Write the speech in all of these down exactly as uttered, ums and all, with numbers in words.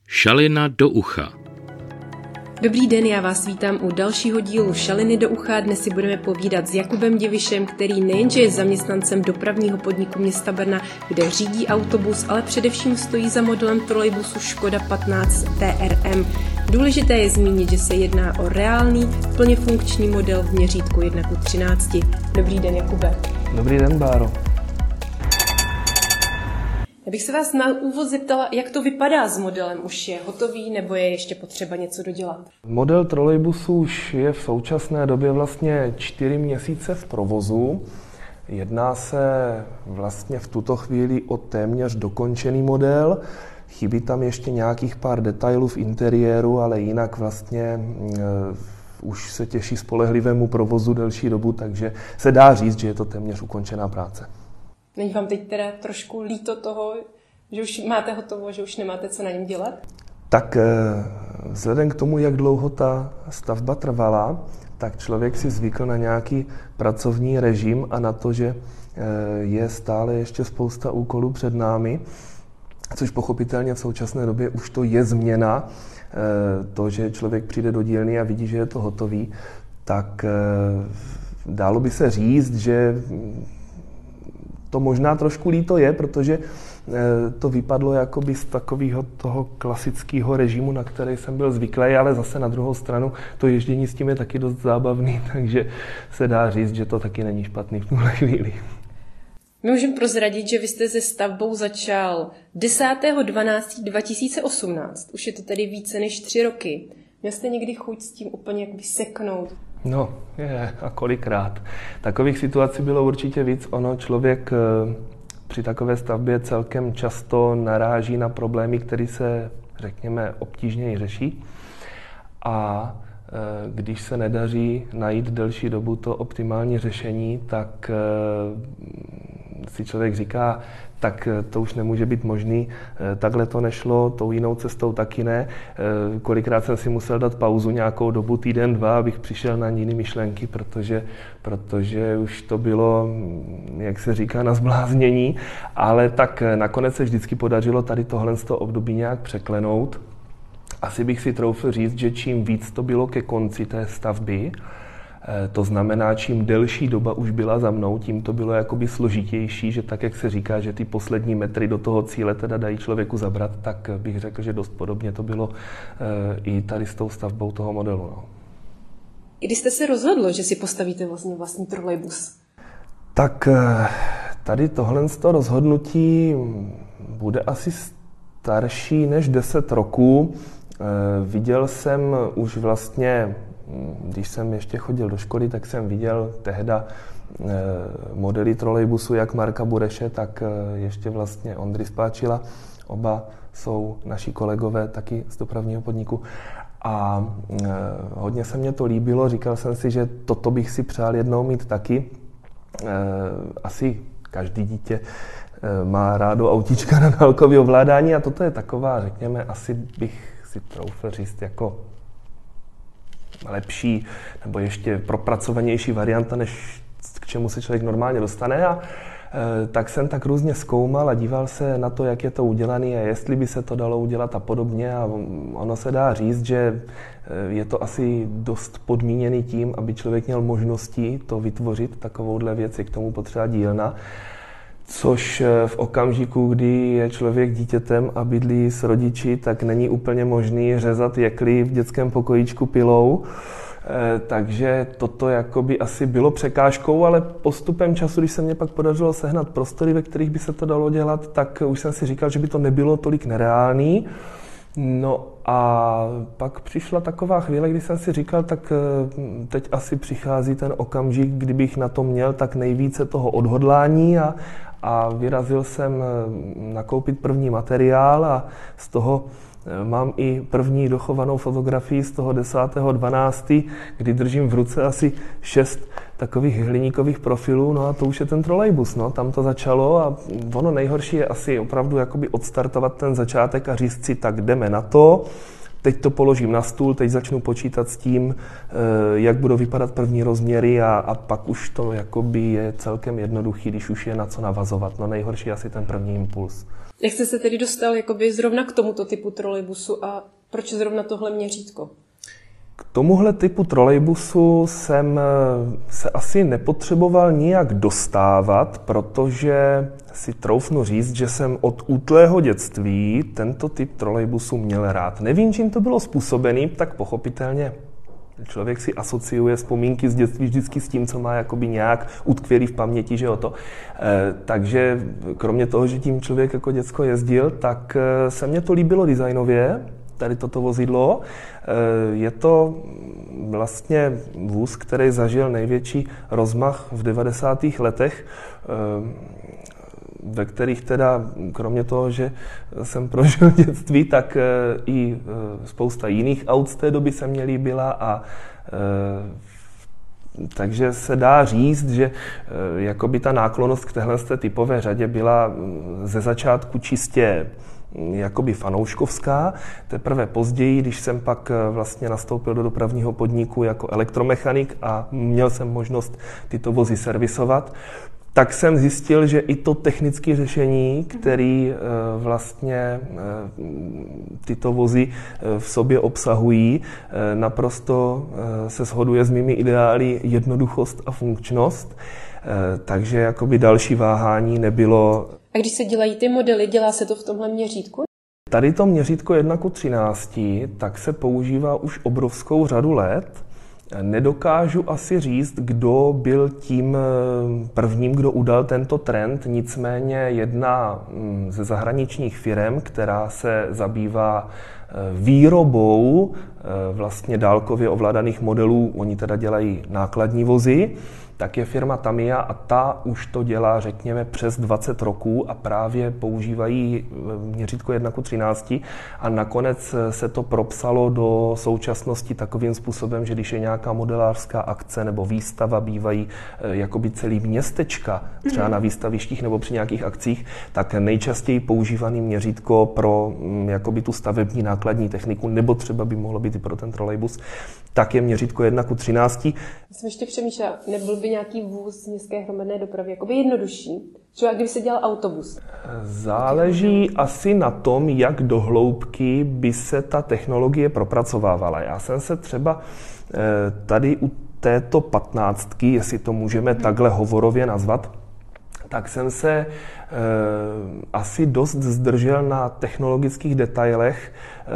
Šalina do ucha. Dobrý den, já vás vítám u dalšího dílu Šaliny do ucha. Dnes si budeme povídat s Jakubem Divišem, který nejenže je zaměstnancem dopravního podniku města Brna, kde řídí autobus, ale především stojí za modelem trolejbusu Škoda patnáct T R M. Důležité je zmínit, že se jedná o reálný, plně funkční model v měřítku jedna ku třinácti. Dobrý den, Jakube. Dobrý den, Báro. Já bych se vás na úvod zeptala, jak to vypadá s modelem. Už je hotový nebo je ještě potřeba něco dodělat? Model trolejbusu už je v současné době vlastně čtyři měsíce v provozu. Jedná se vlastně v tuto chvíli o téměř dokončený model. Chybí tam ještě nějakých pár detailů v interiéru, ale jinak vlastně uh, už se těší spolehlivému provozu delší dobu, takže se dá říct, že je to téměř ukončená práce. Není vám teď teda trošku líto toho, že už máte hotovo, že už nemáte co na něm dělat? Tak vzhledem k tomu, jak dlouho ta stavba trvala, tak člověk si zvykl na nějaký pracovní režim a na to, že je stále ještě spousta úkolů před námi, což pochopitelně v současné době už to je změna. To, že člověk přijde do dílny a vidí, že je to hotový, tak dálo by se říct, že to možná trošku líto je, protože to vypadlo jakoby z takového toho klasického režimu, na který jsem byl zvyklý, ale zase na druhou stranu to ježdění s tím je taky dost zábavný, takže se dá říct, že to taky není špatný v tuhle chvíli. My můžeme prozradit, že vy jste se stavbou začal desátého dvanáctého dva tisíce osmnáct. Už je to tedy více než tři roky. Měl jste někdy chuť s tím úplně jak vyseknout? No, je, a kolikrát. Takových situací bylo určitě víc. Ono člověk při takové stavbě celkem často naráží na problémy, které se, řekněme, obtížněji řeší. A když se nedaří najít delší dobu to optimální řešení, tak si člověk říká, tak to už nemůže být možný, takhle to nešlo, tou jinou cestou taky ne. Kolikrát jsem si musel dát pauzu nějakou dobu, týden, dva, abych přišel na jiné myšlenky, protože, protože už to bylo, jak se říká, na zbláznění, ale tak nakonec se vždycky podařilo tady tohle z toho období nějak překlenout. Asi bych si troufl říct, že čím víc to bylo ke konci té stavby, to znamená, čím delší doba už byla za mnou, tím to bylo jakoby složitější, že tak, jak se říká, že ty poslední metry do toho cíle teda dají člověku zabrat, tak bych řekl, že dost podobně to bylo i tady s tou stavbou toho modelu. No. Kdy jste se rozhodl, že si postavíte vlastně vlastní trolejbus? Tak tady tohle z toho rozhodnutí bude asi starší než deset roků. Viděl jsem už vlastně, když jsem ještě chodil do školy, tak jsem viděl tehda modely trolejbusu jak Marka Bureše, tak ještě vlastně Ondry Spáčila. Oba jsou naši kolegové taky z dopravního podniku. A hodně se mně to líbilo, říkal jsem si, že toto bych si přál jednou mít taky. Asi každý dítě má rádo autíčka na dálkové ovládání a toto je taková, řekněme, asi bych si troufl říct jako lepší nebo ještě propracovanější varianta, než k čemu se člověk normálně dostane. A e, tak jsem tak různě zkoumal a díval se na to, jak je to udělané a jestli by se to dalo udělat a podobně. A ono se dá říct, že je to asi dost podmíněný tím, aby člověk měl možnosti to vytvořit, takovouhle věc, je k tomu potřeba dílna. Což v okamžiku, kdy je člověk dítětem a bydlí s rodiči, tak není úplně možný řezat jekly v dětském pokojíčku pilou. Takže toto jakoby asi bylo překážkou, ale postupem času, když se mě pak podařilo sehnat prostory, ve kterých by se to dalo dělat, tak už jsem si říkal, že by to nebylo tolik nereálný. No a pak přišla taková chvíle, kdy jsem si říkal, tak teď asi přichází ten okamžik, kdybych na to měl tak nejvíce toho odhodlání a, a vyrazil jsem nakoupit první materiál a z toho mám i první dochovanou fotografii z toho desátého dvanáctého kdy držím v ruce asi šest takových hliníkových profilů, no a to už je ten trolejbus, no, tam to začalo a ono nejhorší je asi opravdu jakoby odstartovat ten začátek a říct si, tak jdeme na to, teď to položím na stůl, teď začnu počítat s tím, jak budou vypadat první rozměry a, a pak už to jakoby je celkem jednoduchý, když už je na co navazovat, no nejhorší je asi ten první impuls. Jak jste se tedy dostal jakoby zrovna k tomuto typu trolejbusu a proč zrovna tohle měřítko? K tomuhle typu trolejbusu jsem se asi nepotřeboval nijak dostávat, protože si troufnu říct, že jsem od útlého dětství tento typ trolejbusu měl rád. Nevím, čím to bylo způsobený, tak pochopitelně člověk si asociuje vzpomínky z dětství vždycky s tím, co má jakoby nějak utkvělý v paměti, že o to. E, takže kromě toho, že tím člověk jako děcko jezdil, tak se mně to líbilo designově, tady toto vozidlo. Je to vlastně vůz, který zažil největší rozmach v devadesátých letech, ve kterých teda, kromě toho, že jsem prožil dětství, tak i spousta jiných aut z té doby se mně líbila a takže se dá říct, že jakoby ta náklonnost k téhle typové řadě byla ze začátku čistě jakoby fanouškovská. Teprve později, když jsem pak vlastně nastoupil do dopravního podniku jako elektromechanik a měl jsem možnost tyto vozy servisovat, tak jsem zjistil, že i to technické řešení, které vlastně tyto vozy v sobě obsahují, naprosto se shoduje s mými ideály jednoduchost a funkčnost. Takže jakoby další váhání nebylo. A když se dělají ty modely, dělá se to v tomhle měřítku? Tady to měřítko jedna ku třinácti, tak se používá už obrovskou řadu let. Nedokážu asi říct, kdo byl tím prvním, kdo udal tento trend, nicméně jedna ze zahraničních firem, která se zabývá výrobou vlastně dálkově ovládaných modelů, oni teda dělají nákladní vozy, tak je firma Tamiya a ta už to dělá, řekněme, přes dvacet roků a právě používají měřítko jedna ku třinácti a nakonec se to propsalo do současnosti takovým způsobem, že když je nějaká modelářská akce nebo výstava, bývají jakoby celý městečka, třeba na výstavištích nebo při nějakých akcích, tak nejčastěji používaný měřítko pro jakoby tu stavební nákladní techniku, nebo třeba by mohlo být i pro ten trolejbus, tak je měřítko jedna ku třinácti. Jsem ještě přemýšlela, nebyl by nějaký vůz městské hromadné dopravy jakoby jednodušší? Třeba kdyby se dělal autobus? Záleží asi na tom, jak do hloubky by se ta technologie propracovávala. Já jsem se třeba tady u této patnáctky, jestli to můžeme hmm. takhle hovorově nazvat, tak jsem se e, asi dost zdržel na technologických detailech,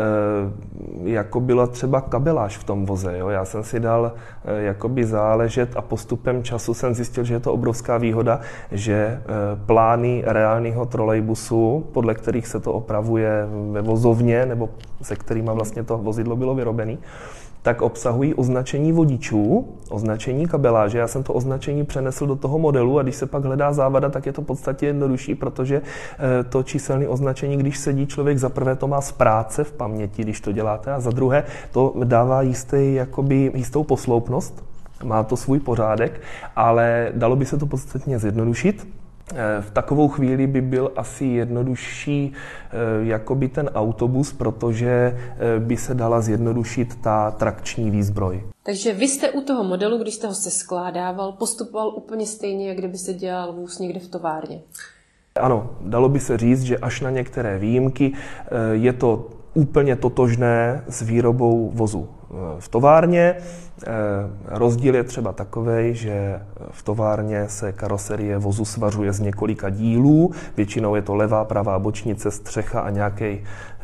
e, jako byla třeba kabeláž v tom voze. Jo? Já jsem si dal e, jakoby záležet a postupem času jsem zjistil, že je to obrovská výhoda, že e, plány reálného trolejbusu, podle kterých se to opravuje ve vozovně, nebo se kterýma vlastně to vozidlo bylo vyrobené, tak obsahují označení vodičů, označení kabeláže. Já jsem to označení přenesl do toho modelu a když se pak hledá závada, tak je to v podstatě jednodušší, protože to číselné označení, když sedí člověk, za prvé to má z práce v paměti, když to děláte, a za druhé to dává jistý, jakoby, jistou posloupnost, má to svůj pořádek, ale dalo by se to podstatně zjednodušit. V takovou chvíli by byl asi jednodušší jakoby ten autobus, protože by se dala zjednodušit ta trakční výzbroj. Takže vy jste u toho modelu, když jste ho seskládával, postupoval úplně stejně, jak kdyby se dělal vůz někde v továrně? Ano, dalo by se říct, že až na některé výjimky je to úplně totožné s výrobou vozu v továrně. Rozdíl je třeba takovej, že v továrně se karoserie vozu svařuje z několika dílů. Většinou je to levá, pravá bočnice, střecha a nějaký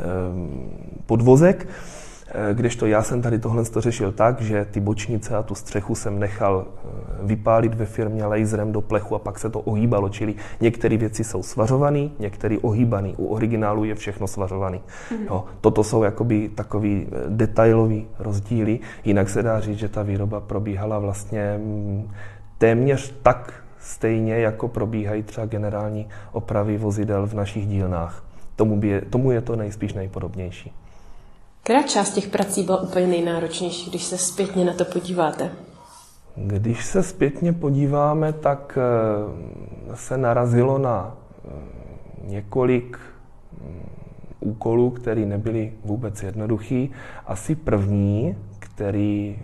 podvozek. Kdežto já jsem tady tohle řešil tak, že ty bočnice a tu střechu jsem nechal vypálit ve firmě laserem do plechu a pak se to ohýbalo, čili některé věci jsou svařované, některé ohýbané. U originálu je všechno svařované. Mm. Jo, toto jsou jakoby takový detailový rozdíly, jinak se dá říct, že ta výroba probíhala vlastně téměř tak stejně, jako probíhají třeba generální opravy vozidel v našich dílnách. Tomu, by je, tomu je to nejspíš nejpodobnější. Která část těch prací byla úplně nejnáročnější, když se zpětně na to podíváte? Když se zpětně podíváme, tak se narazilo na několik úkolů, které nebyly vůbec jednoduchý. Asi první, který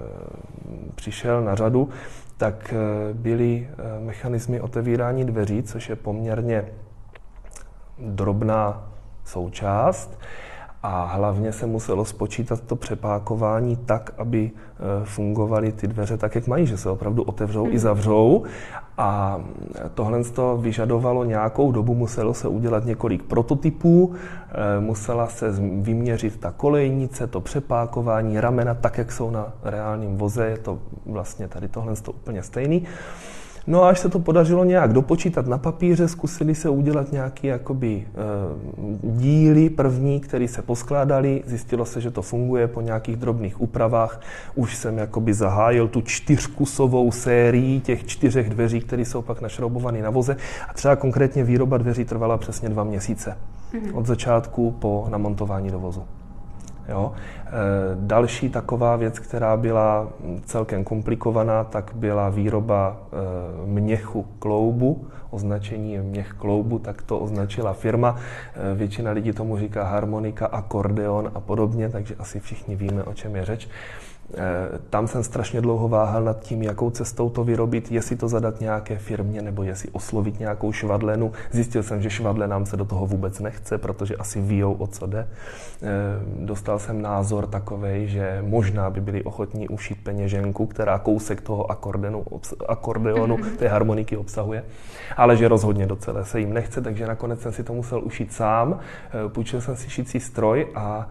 přišel na řadu, tak byly mechanismy otevírání dveří, což je poměrně drobná součást. A hlavně se muselo spočítat to přepákování tak, aby fungovaly ty dveře tak, jak mají, že se opravdu otevřou mm. i zavřou. A tohle to vyžadovalo nějakou dobu, muselo se udělat několik prototypů, musela se vyměřit ta kolejnice, to přepákování, ramena, tak, jak jsou na reálním voze, je to vlastně tady tohle to úplně stejný. No a až se to podařilo nějak dopočítat na papíře, zkusili se udělat nějaké jakoby e, díly první, které se poskládali, zjistilo se, že to funguje po nějakých drobných úpravách. Už jsem jakoby zahájil tu čtyřkusovou sérii těch čtyřech dveří, které jsou pak našroubované na voze. A třeba konkrétně výroba dveří trvala přesně dva měsíce. Mm-hmm. Od začátku po namontování do vozu. Jo. E, další taková věc, která byla celkem komplikovaná, tak byla výroba e, měchu kloubu. Označení je měch kloubu, tak to označila firma. E, většina lidí tomu říká harmonika, akordeon a podobně, takže asi všichni víme, o čem je řeč. Tam jsem strašně dlouho váhal nad tím, jakou cestou to vyrobit, jestli to zadat nějaké firmě, nebo jestli oslovit nějakou švadlenu. Zjistil jsem, že švadlenám se do toho vůbec nechce, protože asi víjou, o co jde. Dostal jsem názor takovej, že možná by byli ochotní ušít peněženku, která kousek toho akordeonu, akordeonu, té harmoniky obsahuje, ale že rozhodně do celé se jim nechce, takže nakonec jsem si to musel ušít sám. Půjčil jsem si šicí stroj a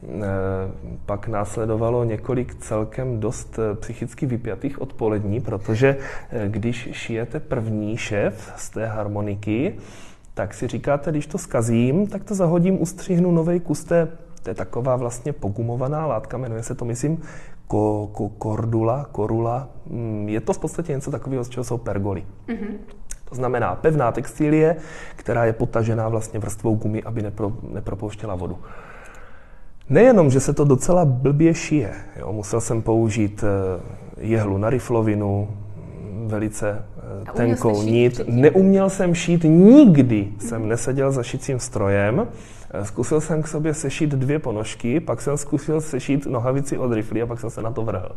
pak následovalo několik celkem dost psychicky vypjatých odpolední, protože když šijete první šev z té harmoniky, tak si říkáte, když to zkazím, tak to zahodím, ustřihnu novej kus té, to je taková vlastně pogumovaná látka, jmenuje se to, myslím, ko, ko, kordula, korula. Je to v podstatě něco takového, z čeho jsou pergoly. Mm-hmm. To znamená pevná textilie, která je potažená vlastně vrstvou gumy, aby nepro, nepropouštěla vodu. Nejenom, že se to docela blbě šije. Jo, musel jsem použít jehlu na riflovinu, velice tenkou nit. Neuměl jsem šít, nikdy jsem neseděl za šicím strojem. Zkusil jsem k sobě sešít dvě ponožky, pak jsem zkusil sešít nohavici od rifly a pak jsem se na to vrhl.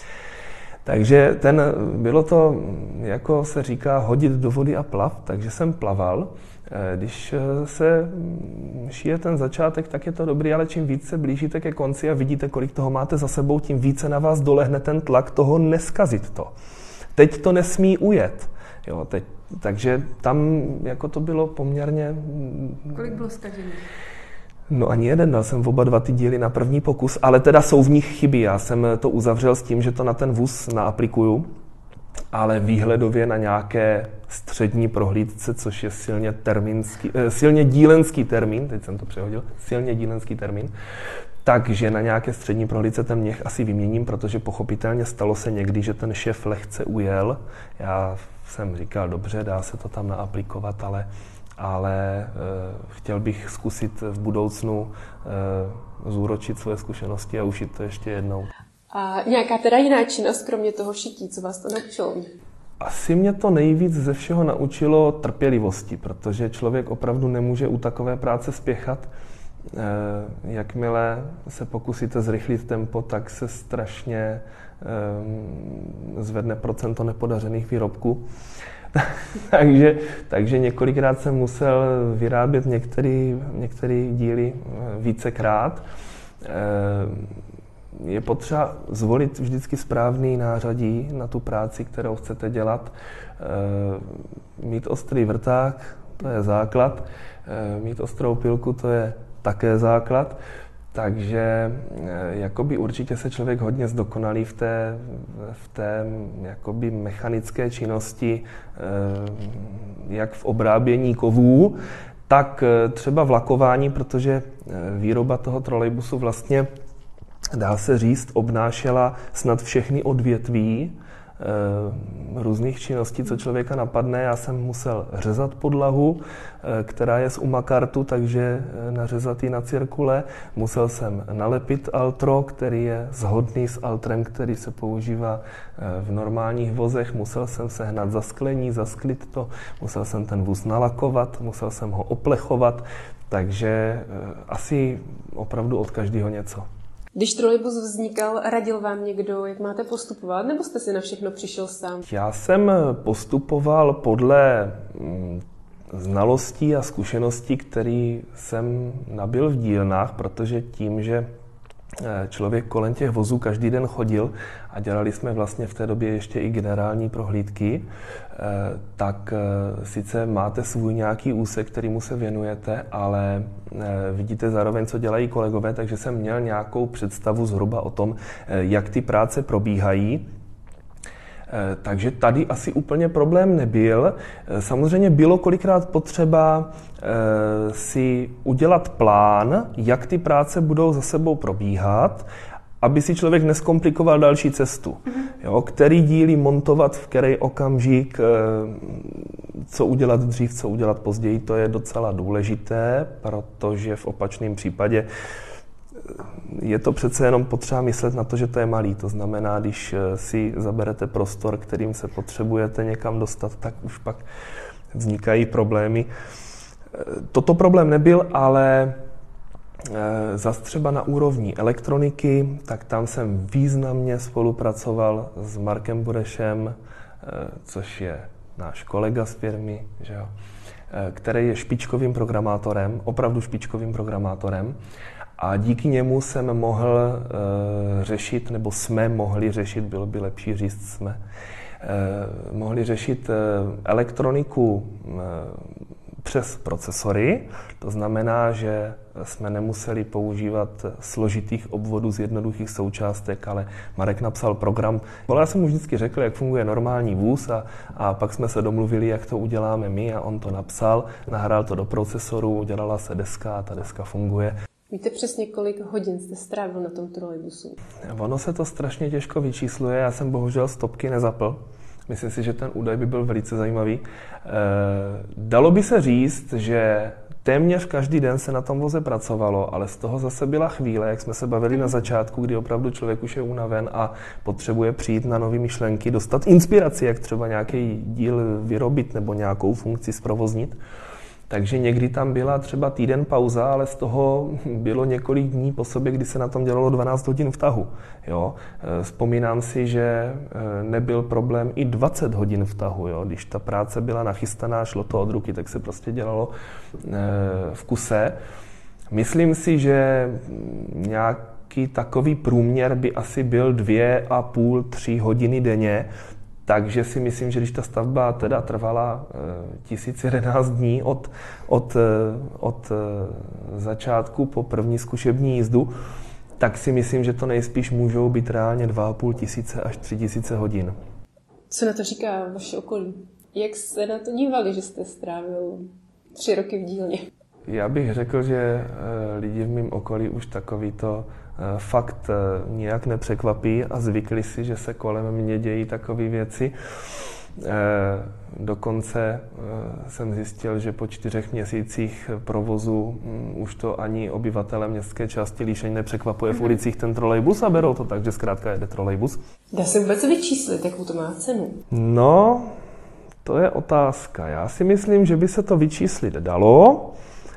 Takže ten, bylo to, jako se říká, hodit do vody a plav, takže jsem plaval. Když se šije ten začátek, tak je to dobrý, ale čím víc se blížíte ke konci a vidíte, kolik toho máte za sebou, tím více na vás dolehne ten tlak toho neskazit to. Teď to nesmí ujet. Jo, teď, takže tam jako to bylo poměrně... Kolik bylo zkažených? No ani jeden, dal jsem oba dva ty díly na první pokus, ale teda jsou v nich chyby. Já jsem to uzavřel s tím, že to na ten vůz naaplikuju, ale výhledově na nějaké střední prohlídce, což je silně, termínský, eh, silně dílenský termín, teď jsem to přehodil, silně dílenský termín, takže na nějaké střední prohlídce ten měch asi vyměním, protože pochopitelně stalo se někdy, že ten šef lehce ujel. Já jsem říkal, dobře, dá se to tam naaplikovat, ale, ale eh, chtěl bych zkusit v budoucnu eh, zúročit svoje zkušenosti a ušit to ještě jednou. A nějaká teda jiná činnost, kromě toho šití, co vás to naučilo? Asi mě to nejvíc ze všeho naučilo trpělivosti, protože člověk opravdu nemůže u takové práce spěchat. Jakmile se pokusíte zrychlit tempo, tak se strašně zvedne procento nepodařených výrobků. takže, takže několikrát jsem musel vyrábět některé, některé díly vícekrát. Je potřeba zvolit vždycky správný nářadí na tu práci, kterou chcete dělat. Mít ostrý vrták, to je základ. Mít ostrou pilku, to je také základ. Takže jakoby určitě se člověk hodně zdokonalí v té, v té jakoby mechanické činnosti, jak v obrábění kovů, tak třeba v lakování, protože výroba toho trolejbusu vlastně, dá se říct, obnášela snad všechny odvětví e, různých činností, co člověka napadne. Já jsem musel řezat podlahu, e, která je z umakartu, takže nařezat ji na cirkule. Musel jsem nalepit altro, který je shodný s altrem, který se používá e, v normálních vozech. Musel jsem sehnat zasklení, zasklit to. Musel jsem ten vůz nalakovat, musel jsem ho oplechovat. Takže e, asi opravdu od každého něco. Když trolejbus vznikal, radil vám někdo, jak máte postupovat, nebo jste si na všechno přišel sám? Já jsem postupoval podle znalostí a zkušeností, které jsem nabyl v dílnách, protože tím, že člověk kolem těch vozů každý den chodil a dělali jsme vlastně v té době ještě i generální prohlídky, tak sice máte svůj nějaký úsek, kterýmu se věnujete, ale vidíte zároveň, co dělají kolegové, takže jsem měl nějakou představu zhruba o tom, jak ty práce probíhají. Takže tady asi úplně problém nebyl. Samozřejmě bylo kolikrát potřeba si udělat plán, jak ty práce budou za sebou probíhat, aby si člověk neskomplikoval další cestu. Jo, který díly montovat, v který okamžik, co udělat dřív, co udělat později, to je docela důležité, protože v opačném případě je to přece jenom potřeba myslet na to, že to je malý. To znamená, když si zaberete prostor, kterým se potřebujete někam dostat, tak už pak vznikají problémy. Toto problém nebyl, ale zas třeba na úrovni elektroniky, tak tam jsem významně spolupracoval s Markem Burešem, což je náš kolega z firmy, že jo, který je špičkovým programátorem, opravdu špičkovým programátorem. A díky němu jsem mohl uh, řešit, nebo jsme mohli řešit, bylo by lepší říct jsme, uh, mohli řešit uh, elektroniku uh, přes procesory. To znamená, že jsme nemuseli používat složitých obvodů z jednoduchých součástek, ale Marek napsal program. Já jsem mu vždycky řekl, jak funguje normální vůz a, a pak jsme se domluvili, jak to uděláme my a on to napsal, nahrál to do procesoru, udělala se deska a ta deska funguje. Víte přesně, kolik hodin jste strávil na tom trolejbusu? Ono se to strašně těžko vyčísluje, já jsem bohužel stopky nezapl. Myslím si, že ten údaj by byl velice zajímavý. E, dalo by se říct, že téměř každý den se na tom voze pracovalo, ale z toho zase byla chvíle, jak jsme se bavili na začátku, kdy opravdu člověk už je unaven a potřebuje přijít na nové myšlenky, dostat inspiraci, jak třeba nějaký díl vyrobit nebo nějakou funkci zprovoznit. Takže někdy tam byla třeba týden pauza, ale z toho bylo několik dní po sobě, kdy se na tom dělalo dvanáct hodin v tahu. Jo? Vzpomínám si, že nebyl problém i dvacet hodin v tahu. Jo? Když ta práce byla nachystaná, šlo to od ruky, tak se prostě dělalo v kuse. Myslím si, že nějaký takový průměr by asi byl dvě a půl, tři hodiny denně. Takže si myslím, že když ta stavba teda trvala tisíc jedenáct dní od, od, od začátku po první zkušební jízdu, tak si myslím, že to nejspíš můžou být reálně dva a půl tisíce až tři tisíce hodin. Co na to říká vaše okolí? Jak se na to dívali, že jste strávil tři roky v dílně? Já bych řekl, že lidi v mém okolí už takový to fakt nijak nepřekvapí a zvykli si, že se kolem mě dějí takové věci. Dokonce jsem zjistil, že po čtyřech měsících provozu už to ani obyvatele městské části Líšeň nepřekvapuje v ulicích ten trolejbus a berou to tak, že zkrátka jede trolejbus. Dá se vůbec vyčíslit, jakou to má cenu? No, to je otázka. Já si myslím, že by se to vyčíslit dalo.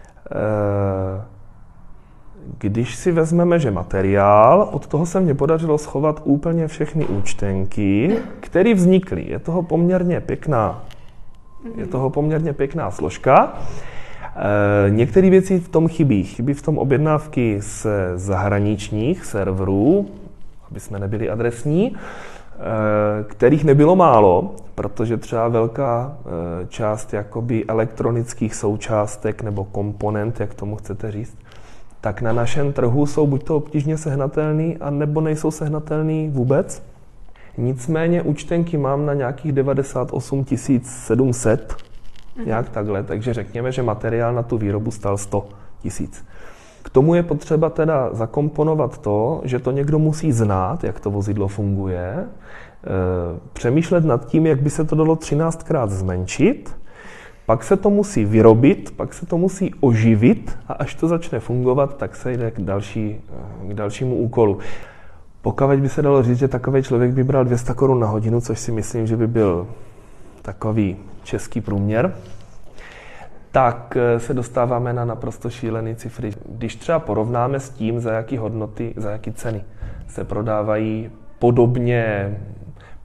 Když si vezmeme, že materiál, od toho se mně podařilo schovat úplně všechny účtenky, které vznikly. Je toho poměrně pěkná, je toho poměrně pěkná složka. E, některé věci v tom chybí. Chybí v tom objednávky z zahraničních serverů, aby jsme nebyli adresní, e, kterých nebylo málo, protože třeba velká e, část jakoby elektronických součástek nebo komponent, jak tomu chcete říct, tak na našem trhu jsou buď to obtížně sehnatelný, a nebo nejsou sehnatelný vůbec. Nicméně účtenky mám na nějakých devadesát osm tisíc sedm set, mm. nějak takhle, takže řekněme, že materiál na tu výrobu stál sto tisíc. K tomu je potřeba teda zakomponovat to, že to někdo musí znát, jak to vozidlo funguje, e, přemýšlet nad tím, jak by se to dalo třináctkrát zmenšit, pak se to musí vyrobit, pak se to musí oživit a až to začne fungovat, tak se jde k, další, k dalšímu úkolu. Pokud by se dalo říct, že takový člověk by bral dvě stě korun na hodinu, což si myslím, že by byl takový český průměr, tak se dostáváme na naprosto šílené cifry. Když třeba porovnáme s tím, za jaký hodnoty, za jaký ceny se prodávají podobně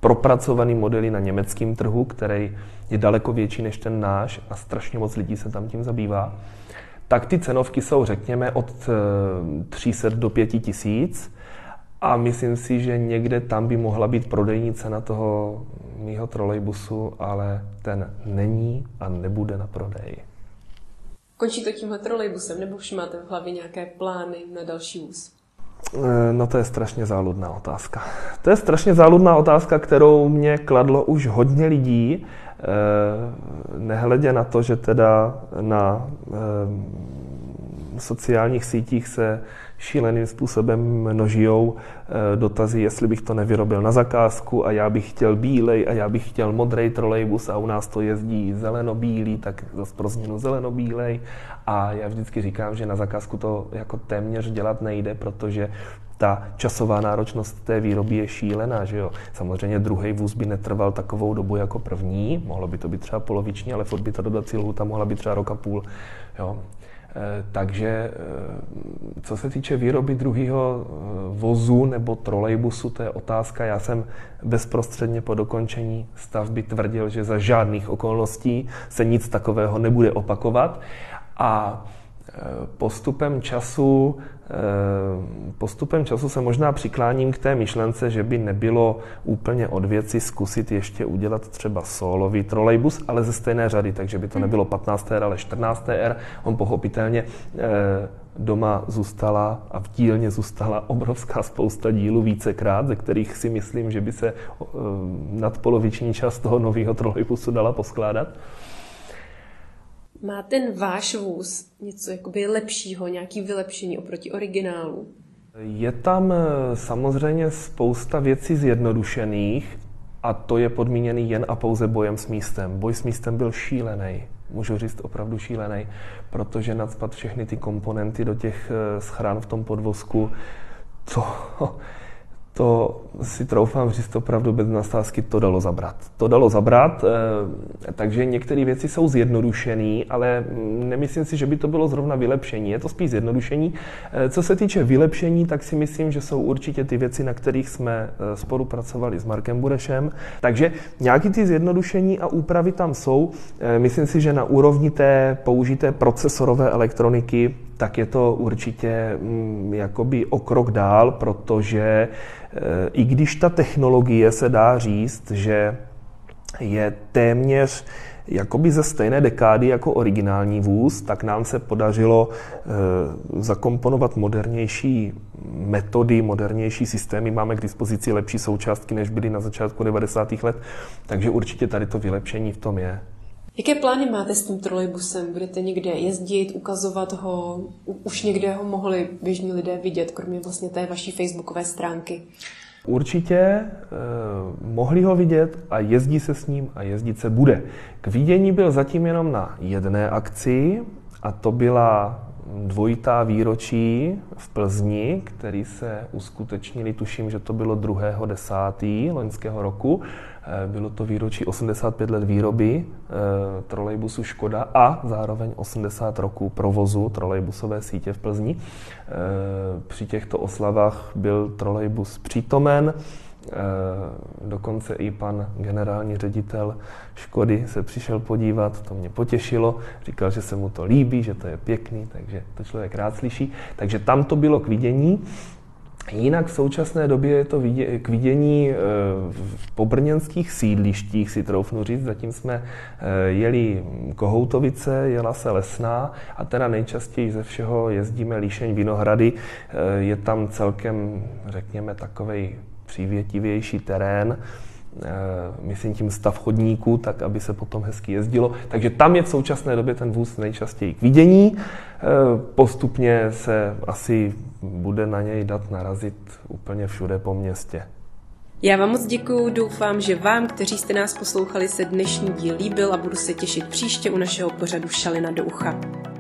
propracovaný modely na německém trhu, který je daleko větší než ten náš a strašně moc lidí se tam tím zabývá, tak ty cenovky jsou, řekněme, od tři sta do pět tisíc a myslím si, že někde tam by mohla být prodejní cena toho mýho trolejbusu, ale ten není a nebude na prodej. Končí to tímhle trolejbusem, nebo už máte v hlavě nějaké plány na další vůz? No to je strašně záludná otázka. To je strašně záludná otázka, kterou mě kladlo už hodně lidí, nehledě na to, že teda na sociálních sítích se šíleným způsobem množijou dotazy, jestli bych to nevyrobil na zakázku a já bych chtěl bílej a já bych chtěl modrej trolejbus a u nás to jezdí zeleno-bílý, tak zase pro změnu zeleno-bílej. A já vždycky říkám, že na zakázku to jako téměř dělat nejde, protože ta časová náročnost té výroby je šílená, že jo. Samozřejmě druhý vůz by netrval takovou dobu jako první, mohlo by to být třeba poloviční, ale furt by ta dodací lhůta mohla být třeba rok a půl, jo. Takže co se týče výroby druhého vozu nebo trolejbusu, to je otázka. Já jsem bezprostředně po dokončení stavby tvrdil, že za žádných okolností se nic takového nebude opakovat a postupem času, postupem času se možná přikláním k té myšlence, že by nebylo úplně od věci zkusit ještě udělat třeba sólový trolejbus, ale ze stejné řady, takže by to nebylo patnáct ér, ale čtrnáct ér. On pochopitelně doma zůstala a v dílně zůstala obrovská spousta dílů vícekrát, ze kterých si myslím, že by se nadpoloviční část toho nového trolejbusu dala poskládat. Má ten váš vůz něco jakoby lepšího, nějaký vylepšení oproti originálu? Je tam samozřejmě spousta věcí zjednodušených a to je podmíněný jen a pouze bojem s místem. Boj s místem byl šílený, můžu říct opravdu šílený, protože nacpat všechny ty komponenty do těch schran v tom podvozku, to... To si troufám říct opravdu bez nasázky, to dalo zabrat. To dalo zabrat, takže některé věci jsou zjednodušené, ale nemyslím si, že by to bylo zrovna vylepšení. Je to spíš zjednodušení. Co se týče vylepšení, tak si myslím, že jsou určitě ty věci, na kterých jsme spolupracovali s Markem Burešem. Takže nějaké ty zjednodušení a úpravy tam jsou. Myslím si, že na úrovni té použité procesorové elektroniky tak je to určitě mm, jakoby o krok dál, protože e, i když ta technologie se dá říct, že je téměř jakoby ze stejné dekády jako originální vůz, tak nám se podařilo e, zakomponovat modernější metody, modernější systémy. Máme k dispozici lepší součástky, než byly na začátku devadesátých let, takže určitě tady to vylepšení v tom je. Jaké plány máte s tím trolejbusem? Budete někde jezdit, ukazovat ho? Už někde ho mohli běžní lidé vidět, kromě vlastně té vaší facebookové stránky? Určitě eh, mohli ho vidět a jezdí se s ním a jezdit se bude. K vidění byl zatím jenom na jedné akci a to byla dvojitá výročí v Plzni, který se uskutečnili, tuším, že to bylo druhého desátého loňského roku. Bylo to výročí osmdesát pět let výroby e, trolejbusu Škoda a zároveň osmdesát roků provozu trolejbusové sítě v Plzni. E, při těchto oslavách byl trolejbus přítomen, e, dokonce i pan generální ředitel Škody se přišel podívat, to mě potěšilo, říkal, že se mu to líbí, že to je pěkný, takže to člověk rád slyší. Takže tam to bylo k vidění. Jinak v současné době je to vidě, k vidění v pobrněnských sídlištích, si troufnu říct. Zatím jsme jeli Kohoutovice, jela se Lesná a teda nejčastěji ze všeho jezdíme Líšeň, Vinohrady. Je tam celkem, řekněme, takovej přívětivější terén, myslím tím stav chodníků, tak aby se potom hezky jezdilo. Takže tam je v současné době ten vůz nejčastěji k vidění. Postupně se asi bude na něj dát narazit úplně všude po městě. Já vám moc děkuju, doufám, že vám, kteří jste nás poslouchali, se dnešní díl líbil a budu se těšit příště u našeho pořadu Šalina do ucha.